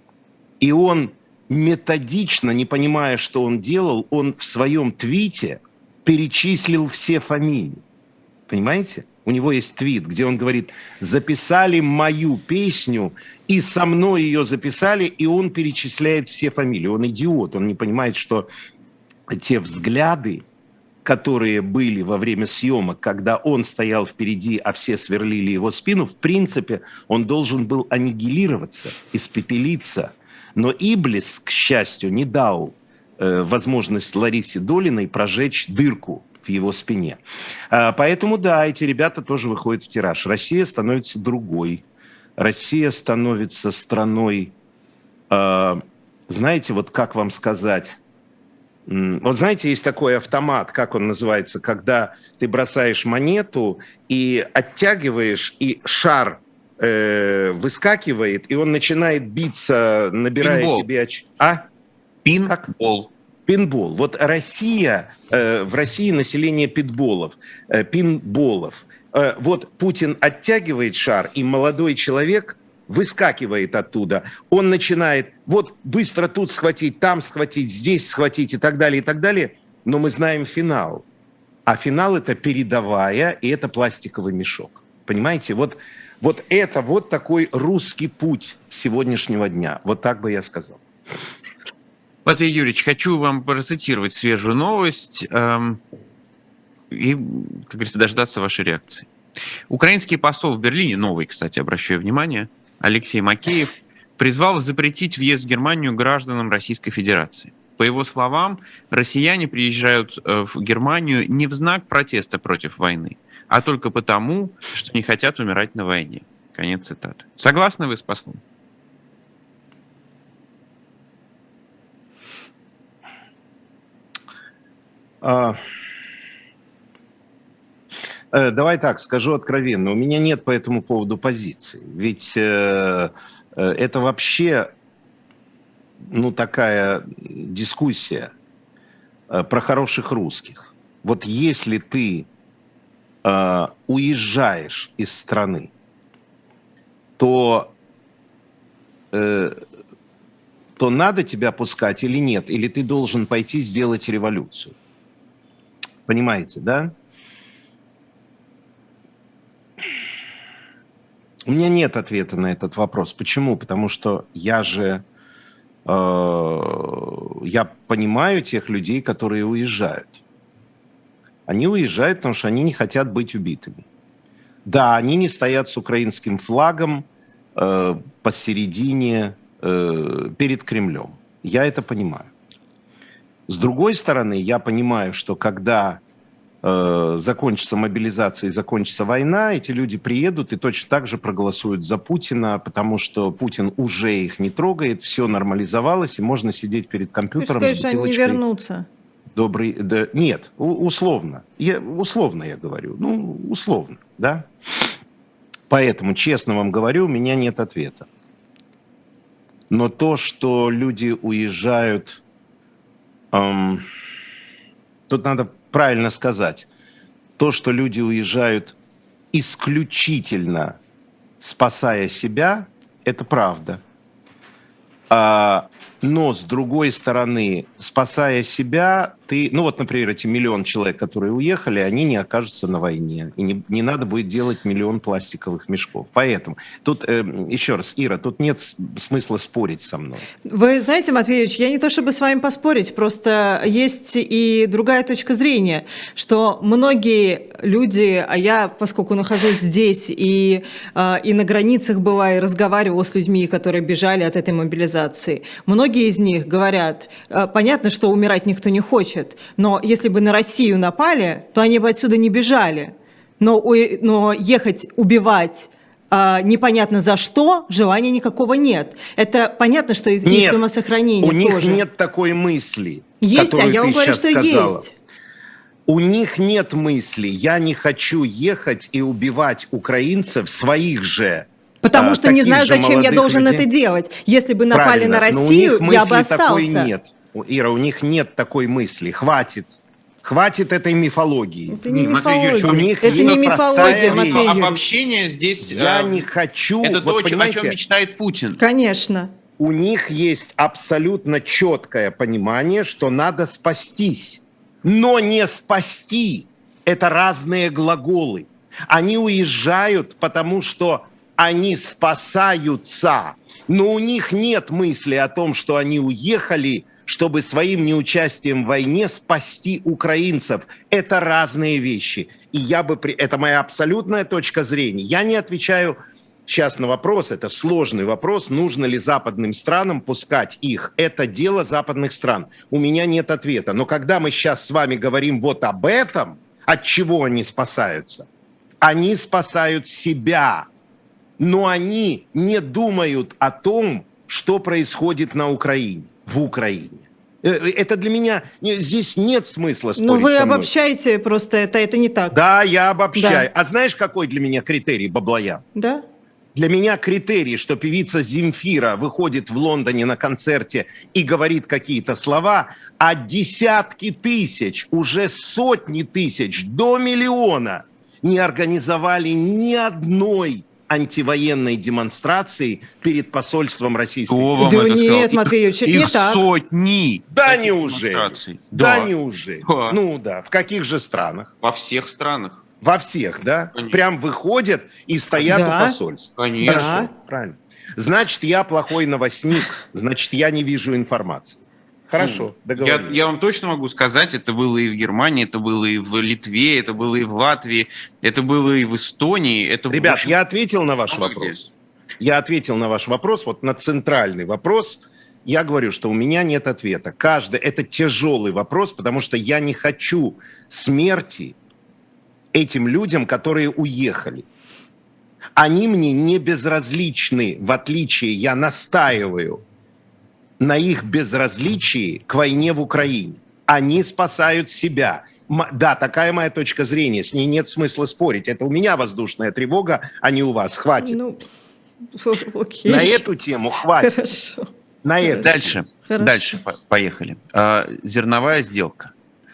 и он методично, не понимая, что он делал, он в своем твите перечислил все фамилии. Понимаете? У него есть твит, где он говорит, записали мою песню, и со мной ее записали, и он перечисляет все фамилии. Он идиот, он не понимает, что те взгляды, которые были во время съемок, когда он стоял впереди, а все сверлили его спину, в принципе, он должен был аннигилироваться, испепелиться. Но Иблис, к счастью, не дал э, возможность Ларисе Долиной прожечь дырку в его спине. А, поэтому, да, эти ребята тоже выходят в тираж. Россия становится другой. Россия становится страной, э, знаете, вот как вам сказать... Вот знаете, есть такой автомат, как он называется, когда ты бросаешь монету и оттягиваешь, и шар э, выскакивает, и он начинает биться, набирая Пинбол. тебе очки. А? Пинбол. Пинбол. Вот Россия, э, в России население питболов, э, пинболов. Э, вот Путин оттягивает шар, и молодой человек выскакивает оттуда, он начинает вот быстро тут схватить, там схватить, здесь схватить и так далее, и так далее, но мы знаем финал. А финал – это передовая, и это пластиковый мешок. Понимаете? Вот, вот это вот такой русский путь сегодняшнего дня. Вот так бы я сказал. Матвей Юрьевич, хочу вам процитировать свежую новость эм, и, как говорится, дождаться вашей реакции. Украинский посол в Берлине, новый, кстати, обращаю внимание, Алексей Макеев, призвал запретить въезд в Германию гражданам Российской Федерации. По его словам, россияне приезжают в Германию не в знак протеста против войны, а только потому, что не хотят умирать на войне. Конец цитаты. Согласны вы с послом? А... Давай так, скажу откровенно, у меня нет по этому поводу позиции. Ведь э, это вообще, ну, такая дискуссия э, про хороших русских. Вот если ты э, уезжаешь из страны, то, э, то надо тебя пускать или нет? Или ты должен пойти сделать революцию? Понимаете, да? У меня нет ответа на этот вопрос. Почему? Потому что я же, э, я понимаю тех людей, которые уезжают. Они уезжают, потому что они не хотят быть убитыми. Да, они не стоят с украинским флагом э, посередине, э, перед Кремлем. Я это понимаю. С другой стороны, я понимаю, что когда э, закончится мобилизация и закончится война, эти люди приедут и точно так же проголосуют за Путина, потому что Путин уже их не трогает, все нормализовалось, и можно сидеть перед компьютером. Ты скажешь, они не вернутся. Добрый, да, нет, условно, я, условно я говорю, ну, условно, да. Поэтому, честно вам говорю, у меня нет ответа. Но то, что люди уезжают, эм, тут надо правильно сказать, то, что люди уезжают исключительно спасая себя, это правда. А, но, с другой стороны, спасая себя, ты... Ну вот, например, эти миллион человек, которые уехали, они не окажутся на войне. И не, не надо будет делать миллион пластиковых мешков. Поэтому тут, э, еще раз, Ира, тут нет смысла спорить со мной. Вы знаете, Матвеевич, я не то чтобы с вами поспорить, просто есть и другая точка зрения, что многие люди, а я, поскольку нахожусь здесь и, э, и на границах бываю, разговаривала с людьми, которые бежали от этой мобилизации, многие из них говорят, э, понятно, что умирать никто не хочет, но если бы на Россию напали, то они бы отсюда не бежали. Но, но ехать, убивать а, непонятно за что, желания никакого нет. Это понятно, что есть нет, самосохранение у них тоже. Нет такой мысли, есть, а я вам говорю, что сказала. Есть. У них нет мысли, я не хочу ехать и убивать украинцев своих же. Потому а, что не знаю, зачем я должен людей. Это делать. Если бы напали Правильно, на Россию, я бы остался. Такой нет. Ира, у них нет такой мысли. Хватит. Хватит этой мифологии. Это не мифология. У них это не мифология, Матвей Юрьевич. Обобщение здесь... Я э, не хочу... Это вот, то, о чем мечтает Путин. Конечно. У них есть абсолютно четкое понимание, что надо спастись. Но не спасти. Это разные глаголы. Они уезжают, потому что они спасаются. Но у них нет мысли о том, что они уехали, чтобы своим неучастием в войне спасти украинцев. Это разные вещи. И я бы... Это моя абсолютная точка зрения. Я не отвечаю сейчас на вопрос, это сложный вопрос, нужно ли западным странам пускать их. Это дело западных стран. У меня нет ответа. Но когда мы сейчас с вами говорим вот об этом, от чего они спасаются? Они спасают себя. Но они не думают о том, что происходит на Украине. В Украине. Это для меня... Здесь нет смысла спорить. Ну, вы со мной. обобщаете просто, это, это не так. Да, я обобщаю. Да. А знаешь, какой для меня критерий, Баблоян? Да. Для меня критерий, что певица Земфира выходит в Лондоне на концерте и говорит какие-то слова, а десятки тысяч, уже сотни тысяч, до миллиона не организовали ни одной антивоенной демонстрации перед посольством Российской Федерации. Да нет, Матвей Юрьевич, их не так. сотни. Да неужели? Да, да неужели? Да. Ну да, в каких же странах? Во всех странах. Во всех, да? Конечно. Прям выходят и стоят да. у посольства. Конечно. Хорошо, правильно. Значит, я плохой новостник, значит, я не вижу информации. Хорошо, договорились. Я, я вам точно могу сказать, это было и в Германии, это было и в Литве, это было и в Латвии, это было и в Эстонии. Это, Ребят, в общем, я ответил на ваш много вопрос. где. Я ответил на ваш вопрос, вот на центральный вопрос. Я говорю, что у меня нет ответа. Каждый, это тяжелый вопрос, потому что я не хочу смерти этим людям, которые уехали. Они мне не безразличны, в отличие, я настаиваю, на их безразличии к войне в Украине. Они спасают себя. Да, такая моя точка зрения, с ней нет смысла спорить. Это у меня воздушная тревога, а не у вас. Хватит. Ну, окей. На эту тему хватит. Хорошо. На эту. Дальше, Хорошо. дальше поехали. А, зерновая сделка.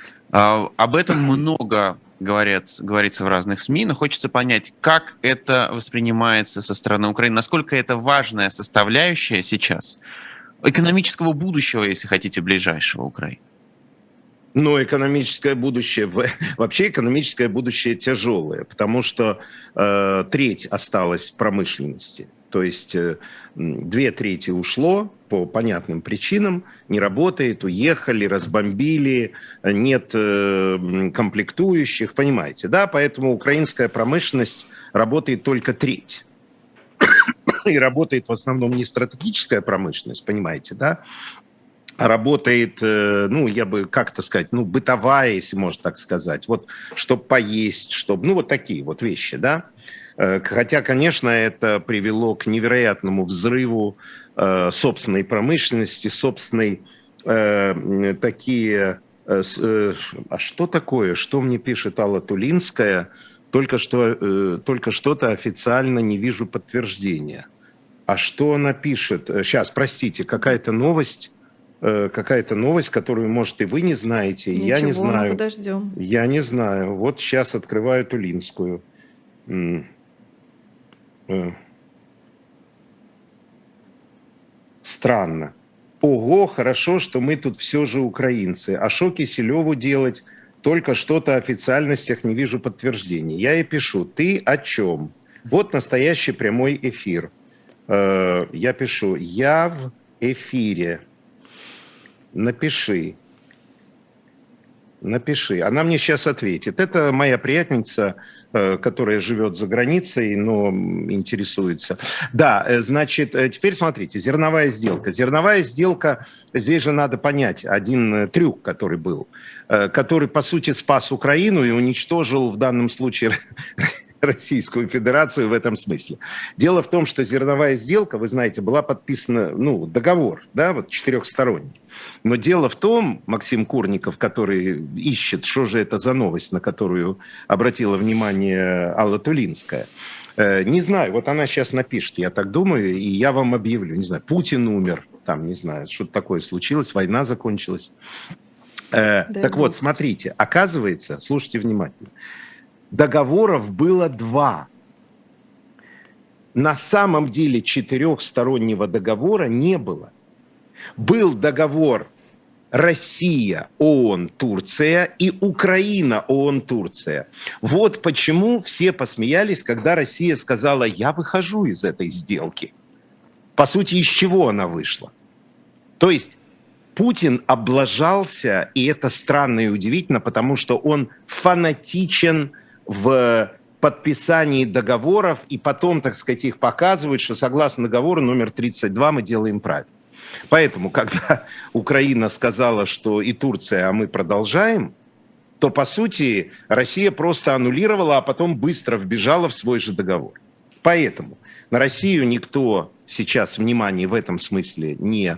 А, об этом много говорят, говорится в разных СМИ, но хочется понять, как это воспринимается со стороны Украины, насколько это важная составляющая сейчас экономического будущего, если хотите, ближайшего Украины. Но экономическое будущее, вообще экономическое будущее тяжелое, потому что э, треть осталась в промышленности. То есть э, две трети ушло по понятным причинам, не работает, уехали, разбомбили, нет э, комплектующих, понимаете, да? Поэтому украинская промышленность работает только треть. И работает в основном не стратегическая промышленность, понимаете, да? Работает, ну, я бы как-то сказать, ну, бытовая, если можно так сказать, вот, чтобы поесть, чтобы, ну, вот такие вот вещи, да. Хотя, конечно, это привело к невероятному взрыву э, собственной промышленности, собственной э, такие... Э, э, а что такое? Что мне пишет Алла Тулинская? Только что, э, только что-то официально не вижу подтверждения. А что она пишет? Сейчас, простите, какая-то новость... какая-то новость, которую, может, и вы не знаете, и я не знаю. Подождем. Я не знаю. Вот сейчас открываю Тулинскую. Странно. Ого, хорошо, что мы тут все же украинцы. А шо Киселеву делать? Только что-то официальностях не вижу подтверждений. Я и пишу, ты о чем? Вот настоящий прямой эфир. Я пишу, я в эфире. Напиши. Напиши. Она мне сейчас ответит. Это моя приятельница, которая живет за границей, но интересуется. Да, значит, теперь смотрите, зерновая сделка. Зерновая сделка, здесь же надо понять один трюк, который был, который, по сути, спас Украину и уничтожил в данном случае Российскую Федерацию в этом смысле. Дело в том, что зерновая сделка, вы знаете, была подписана, ну, договор, да, вот четырехсторонний. Но дело в том, Максим Курников, который ищет, что же это за новость, на которую обратила внимание Алла Тулинская, не знаю, вот она сейчас напишет, я так думаю, и я вам объявлю, не знаю, Путин умер, там, не знаю, что-то такое случилось, война закончилась. Да, так вот, смотрите, оказывается, слушайте внимательно, договоров было два. На самом деле четырехстороннего договора не было. Был договор Россия, ООН, Турция и Украина, ООН, Турция. Вот почему все посмеялись, когда Россия сказала, я выхожу из этой сделки. По сути, из чего она вышла? То есть Путин облажался, и это странно и удивительно, потому что он фанатичен в подписании договоров, и потом, так сказать, их показывают, что согласно договору номер тридцать два мы делаем правильно. Поэтому, когда Украина сказала, что и Турция, а мы продолжаем, то, по сути, Россия просто аннулировала, а потом быстро вбежала в свой же договор. Поэтому на Россию никто сейчас внимания в этом смысле не,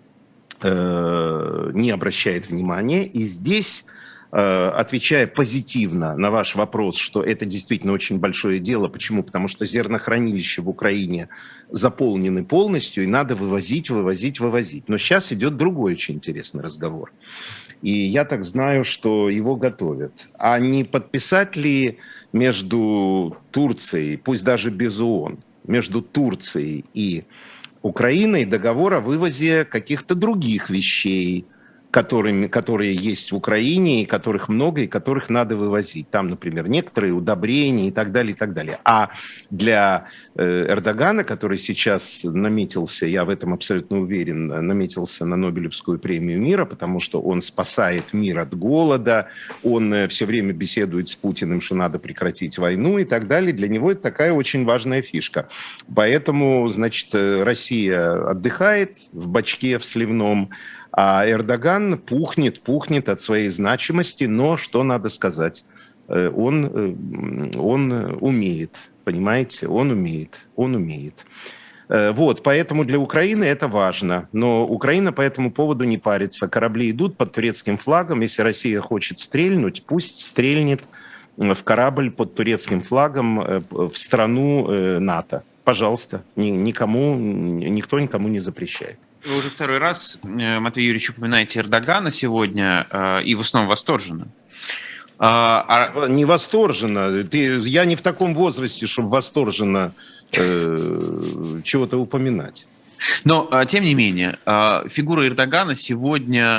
э, не обращает внимания. И здесь, э, отвечая позитивно на ваш вопрос, что это действительно очень большое дело. Почему? Потому что зернохранилища в Украине заполнены полностью, и надо вывозить, вывозить, вывозить. Но сейчас идет другой очень интересный разговор. И я так знаю, что его готовят. А не подписать ли между Турцией, пусть даже без ООН, между Турцией и Украиной договор о вывозе каких-то других вещей, которыми, которые есть в Украине, и которых много, и которых надо вывозить. Там, например, некоторые удобрения и так далее, и так далее. А для э, Эрдогана, который сейчас наметился, я в этом абсолютно уверен, наметился на Нобелевскую премию мира, потому что он спасает мир от голода, он э, все время беседует с Путиным, что надо прекратить войну и так далее. Для него это такая очень важная фишка. Поэтому, значит, Россия отдыхает в бачке, в сливном, а Эрдоган пухнет, пухнет от своей значимости, но что надо сказать, он, он умеет, понимаете, он умеет, он умеет. Вот, поэтому для Украины это важно, но Украина по этому поводу не парится. Корабли идут под турецким флагом, если Россия хочет стрельнуть, пусть стрельнет в корабль под турецким флагом в страну НАТО. Пожалуйста, никому, никто никому не запрещает. Вы уже второй раз, Матвей Юрьевич, упоминаете Эрдогана сегодня, и в основном восторженно. А... Не восторженно. Ты, я не в таком возрасте, чтобы восторженно э, чего-то упоминать. Но, тем не менее, фигура Эрдогана сегодня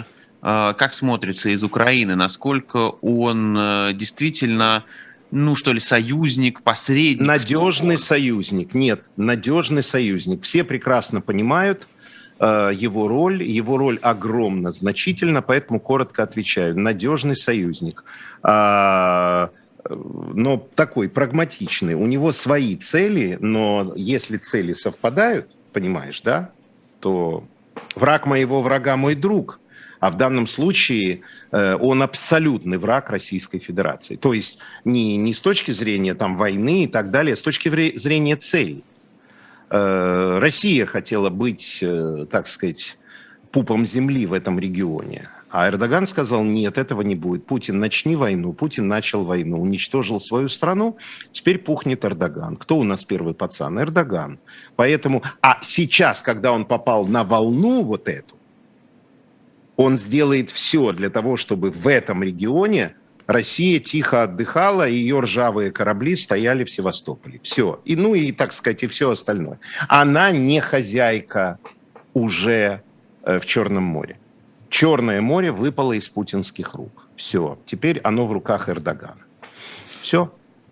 как смотрится из Украины, насколько он действительно, ну что ли, союзник, посредник? Надежный союзник. Нет, надежный союзник. Все прекрасно понимают э, его роль. Его роль огромна, значительна, поэтому коротко отвечаю. Надежный союзник. А, но такой прагматичный. У него свои цели, но если цели совпадают, понимаешь, да, то враг моего врага мой друг. А в данном случае э, он абсолютный враг Российской Федерации. То есть не, не с точки зрения там, войны и так далее, а с точки зрения целей. Э, Россия хотела быть, э, так сказать, пупом земли в этом регионе. А Эрдоган сказал, нет, этого не будет. Путин, начни войну. Путин начал войну, уничтожил свою страну. Теперь пухнет Эрдоган. Кто у нас первый пацан? Эрдоган. Поэтому, а сейчас, когда он попал на волну вот эту, он сделает все для того, чтобы в этом регионе Россия тихо отдыхала, и ее ржавые корабли стояли в Севастополе. Все. И, ну и, так сказать, и все остальное. Она не хозяйка уже э, в Черном море. Черное море выпало из путинских рук. Все. Теперь оно в руках Эрдогана. Все.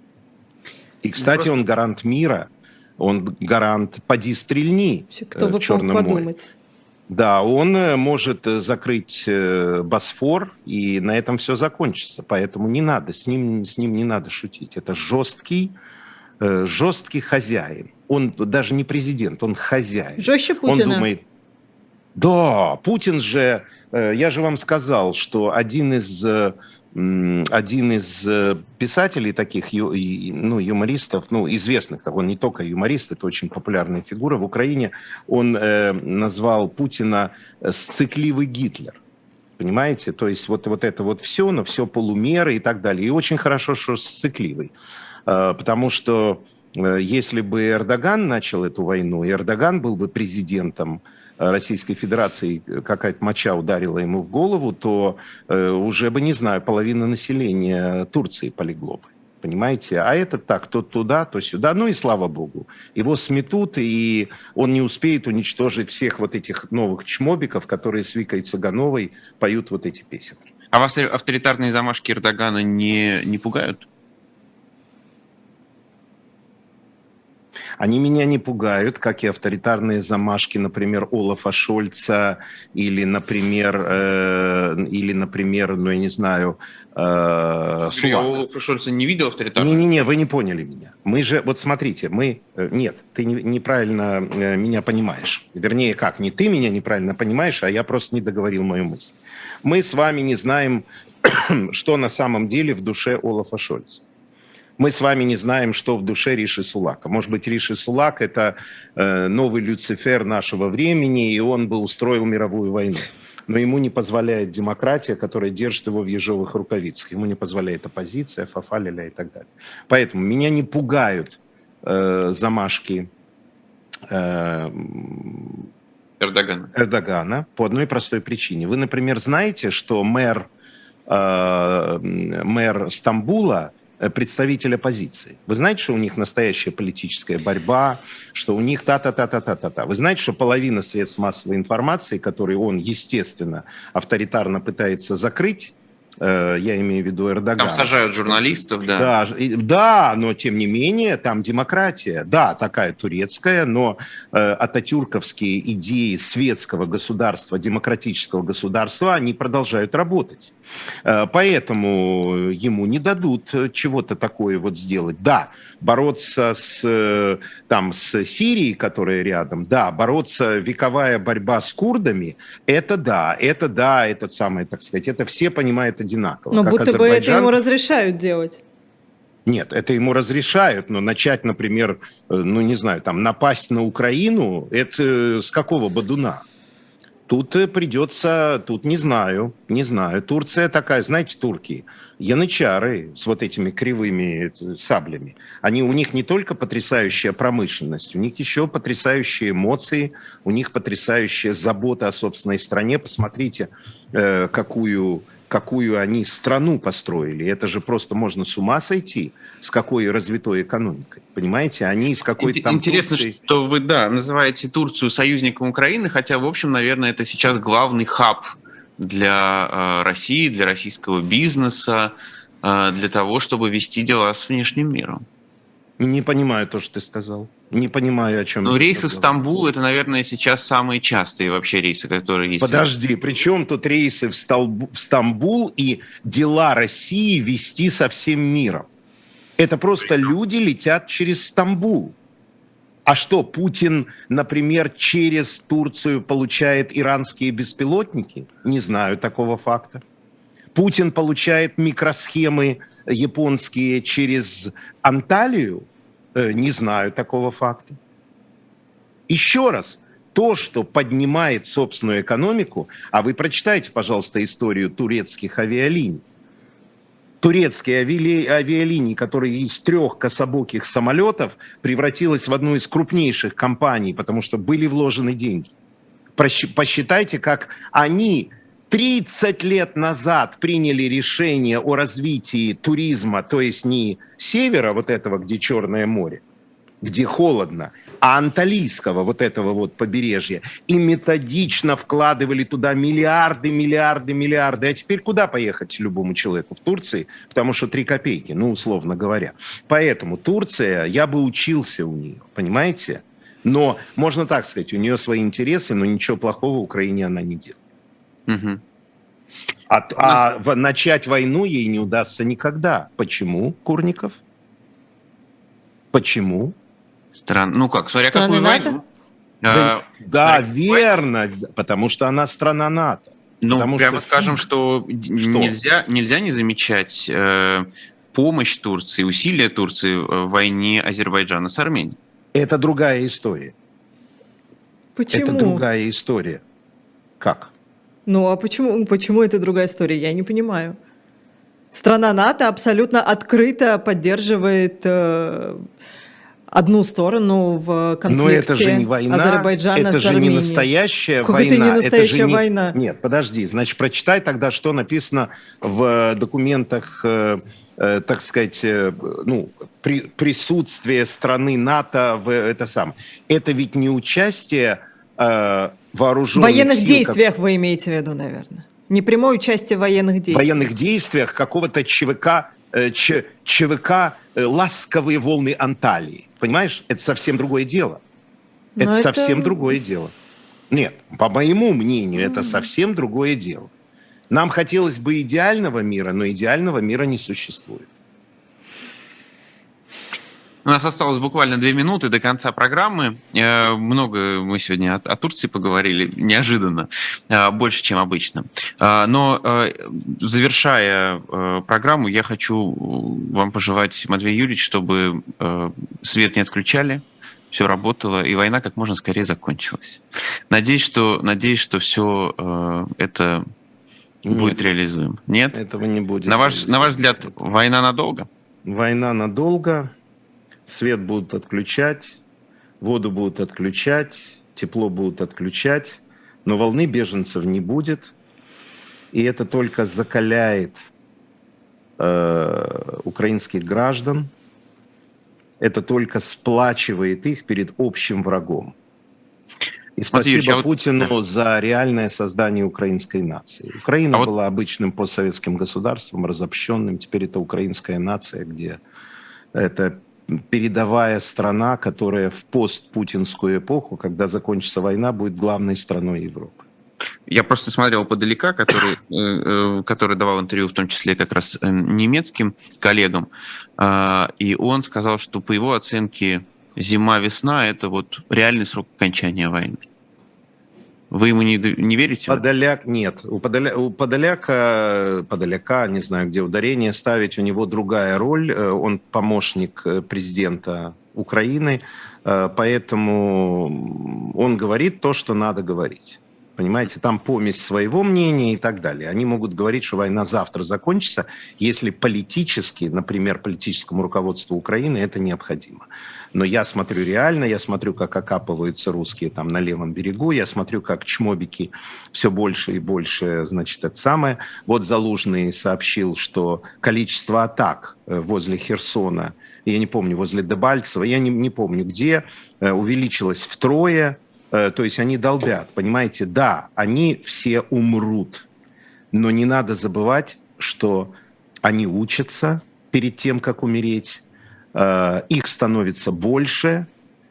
И, кстати, он гарант мира. Он гарант «поди стрельни» Кто бы в Черном мог море. подумать. Да, он может закрыть Босфор, и на этом все закончится. Поэтому не надо, с ним, с ним не надо шутить. Это жесткий, жесткий хозяин. Он даже не президент, он хозяин. Жестче Путина. Он думает, да, Путин же, я же вам сказал, что один из... один из писателей таких, ну, юмористов, ну, известных, он не только юморист, это очень популярная фигура в Украине, он э, назвал Путина «сцикливый Гитлер». Понимаете? То есть вот, вот это вот все, но все полумеры и так далее. И очень хорошо, что сцикливый. Э, потому что э, если бы Эрдоган начал эту войну, и Эрдоган был бы президентом Российской Федерации, какая-то моча ударила ему в голову, то э, уже бы, не знаю, половина населения Турции полегло бы. Понимаете? А это так, то туда, то сюда. Ну и слава богу. Его сметут, и он не успеет уничтожить всех вот этих новых чмобиков, которые с Викой Цыгановой поют вот эти песенки. А вас авторитарные замашки Эрдогана не, не пугают? Они меня не пугают, как и авторитарные замашки, например, Олафа Шольца или, например, э, или, например, ну, я не знаю, э, Я Олафа Шольца не видел авторитарных. Не-не-не, вы не поняли меня. Мы же, вот смотрите, мы... Нет, ты не, неправильно меня понимаешь. Вернее, как, не ты меня неправильно понимаешь, а я просто не договорил мою мысль. Мы с вами не знаем, что на самом деле в душе Олафа Шольца. Мы с вами не знаем, что в душе Риши Сулака. Может быть, Риши Сулак – это э, новый Люцифер нашего времени, и он бы устроил мировую войну. Но ему не позволяет демократия, которая держит его в ежовых рукавицах. Ему не позволяет оппозиция, фа-фа-ля-ля и так далее. Поэтому меня не пугают э, замашки э, Эрдогана. Эрдогана по одной простой причине. Вы, например, знаете, что мэр, э, мэр Стамбула – представитель оппозиции. Вы знаете, что у них настоящая политическая борьба, что у них та-та-та-та-та-та-та. Вы знаете, что половина средств массовой информации, которые он, естественно, авторитарно пытается закрыть, э, я имею в виду Эрдогана. Там сажают журналистов, да. Да, и, да, но тем не менее, там демократия. Да, такая турецкая, но э, ататюрковские идеи светского государства, демократического государства, они продолжают работать. Поэтому ему не дадут чего-то такое вот сделать. Да, бороться с, там, с Сирией, которая рядом, да, бороться, вековая борьба с курдами, это да, это да, это самое, так сказать, это все понимают одинаково. Но как будто Азербайджан... бы это ему разрешают делать. Нет, это ему разрешают, но начать, например, ну не знаю, там напасть на Украину, это с какого бодуна? Тут придется, тут не знаю, не знаю. Турция такая, знаете, турки, янычары с вот этими кривыми саблями. Они, у них не только потрясающая промышленность, у них еще потрясающие эмоции, у них потрясающая забота о собственной стране. Посмотрите, э, какую... какую они страну построили. Это же просто можно с ума сойти, с какой развитой экономикой. Понимаете, они из какой-то там... Интересно, Турции... что вы, да, называете Турцию союзником Украины, хотя, в общем, наверное, это сейчас главный хаб для России, для российского бизнеса, для того, чтобы вести дела с внешним миром. Не понимаю то, что ты сказал. Не понимаю, о чем Но ты рейсы сказал. в Стамбул – это, наверное, сейчас самые частые вообще рейсы, которые есть. Подожди, при чем тут рейсы в, Столб... в Стамбул и дела России вести со всем миром? Это просто люди летят через Стамбул. А что, Путин, например, через Турцию получает иранские беспилотники? Не знаю такого факта. Путин получает микросхемы японские через Анталию? Не знаю такого факта. Еще раз, то, что поднимает собственную экономику, а вы прочитайте, пожалуйста, историю турецких авиалиний. Турецкие ави... авиалинии, которые из трех кособоких самолетов превратилась в одну из крупнейших компаний, потому что были вложены деньги. Посчитайте, как они тридцать лет назад приняли решение о развитии туризма, то есть не севера, вот этого, где Черное море, где холодно, а анталийского, вот этого вот побережья, и методично вкладывали туда миллиарды, миллиарды, миллиарды. А теперь куда поехать любому человеку? В Турции, потому что три копейки, ну, условно говоря. Поэтому Турция, я бы учился у нее, понимаете? Но, можно так сказать, у нее свои интересы, но ничего плохого Украине она не делает. Угу. А, а в, начать войну ей не удастся никогда. Почему, Курников? Почему? Стран... Ну как, смотря страны какую НАТО? Войну. Да, а, да верно, войну. Потому что она страна НАТО. Ну, потому прямо что... скажем, что, что? Нельзя, нельзя не замечать э, помощь Турции, усилия Турции в войне Азербайджана с Арменией. Это другая история. Почему? Это другая история. Как? Ну, а почему, почему это другая история? Я не понимаю. Страна НАТО абсолютно открыто поддерживает э, одну сторону в конфликте Но это же не война, Азербайджана это с же Арменией. не настоящая как война. Это не настоящая это же не... война. Нет, подожди. Значит, прочитай тогда, что написано в документах, э, э, так сказать, э, ну, при, присутствие страны НАТО в это самое. Это ведь не участие э, вооруженных В военных сил, действиях как... вы имеете в виду, наверное. Не прямое участие в военных действиях. В военных действиях какого-то ЧВК, э, Ч, ЧВК э, «Ласковые волны Анталии». Понимаешь? Это совсем другое дело. Это, это совсем другое дело. Нет, по моему мнению, mm. это совсем другое дело. Нам хотелось бы идеального мира, но идеального мира не существует. У нас осталось буквально две минуты до конца программы. Много мы сегодня о Турции поговорили, неожиданно, больше, чем обычно. Но завершая программу, я хочу вам пожелать, Матвей Юрьевич, чтобы свет не отключали, все работало, и война как можно скорее закончилась. Надеюсь, что, надеюсь, что все это Нет, будет реализуемо. Нет? Этого не будет. На ваш, на ваш взгляд, война надолго? Война надолго. Свет будут отключать, воду будут отключать, тепло будут отключать, но волны беженцев не будет. И это только закаляет э, украинских граждан, это только сплачивает их перед общим врагом. И спасибо Смотри, вот... Путину за реальное создание украинской нации. Украина а была вот... обычным постсоветским государством, разобщенным. Теперь это украинская нация, где это... передовая страна, которая в постпутинскую эпоху, когда закончится война, будет главной страной Европы. Я просто смотрел подалека, который, который давал интервью, в том числе как раз немецким коллегам, и он сказал, что по его оценке зима-весна – это вот реальный срок окончания войны. Вы ему не, не верите? Подоляк нет. У, Подоля, у Подоляка, Подоляка, не знаю, где ударение ставить, у него другая роль. Он помощник президента Украины, поэтому он говорит то, что надо говорить. Понимаете, там помесь своего мнения и так далее. Они могут говорить, что война завтра закончится, если политически, например, политическому руководству Украины это необходимо. Но я смотрю реально, я смотрю, как окапываются русские там на левом берегу, я смотрю, как чмобики все больше и больше, значит, это самое. Вот Залужный сообщил, что количество атак возле Херсона, я не помню, возле Дебальцева, я не, не помню где, увеличилось втрое. То есть они долбят, понимаете? Да, они все умрут. Но не надо забывать, что они учатся перед тем, как умереть, их становится больше,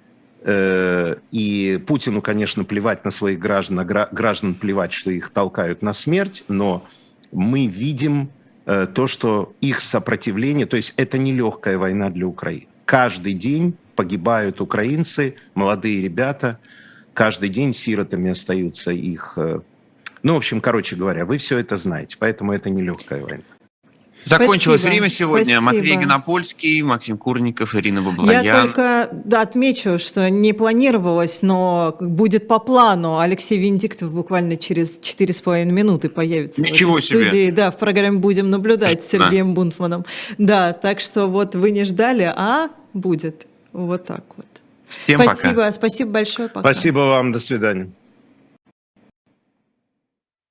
и Путину, конечно, плевать на своих граждан, а граждан плевать, что их толкают на смерть, но мы видим то, что их сопротивление, то есть это не легкая война для Украины. Каждый день погибают украинцы, молодые ребята, каждый день сиротами остаются их... Ну, в общем, короче говоря, вы все это знаете, поэтому это не легкая война. Закончилось Спасибо. время сегодня. Спасибо. Матвей Гонопольский, Максим Курников, Ирина Баблоян. Я только да, отмечу, что не планировалось, но будет по плану. Алексей Венедиктов буквально через четыре с половиной минуты появится Ничего в этой себе. студии. Да, в программе «Будем наблюдать» с Сергеем Бунтманом. Да, так что вот вы не ждали, а будет. Вот так вот. Всем Спасибо, пока. спасибо большое. Пока. Спасибо вам, до свидания.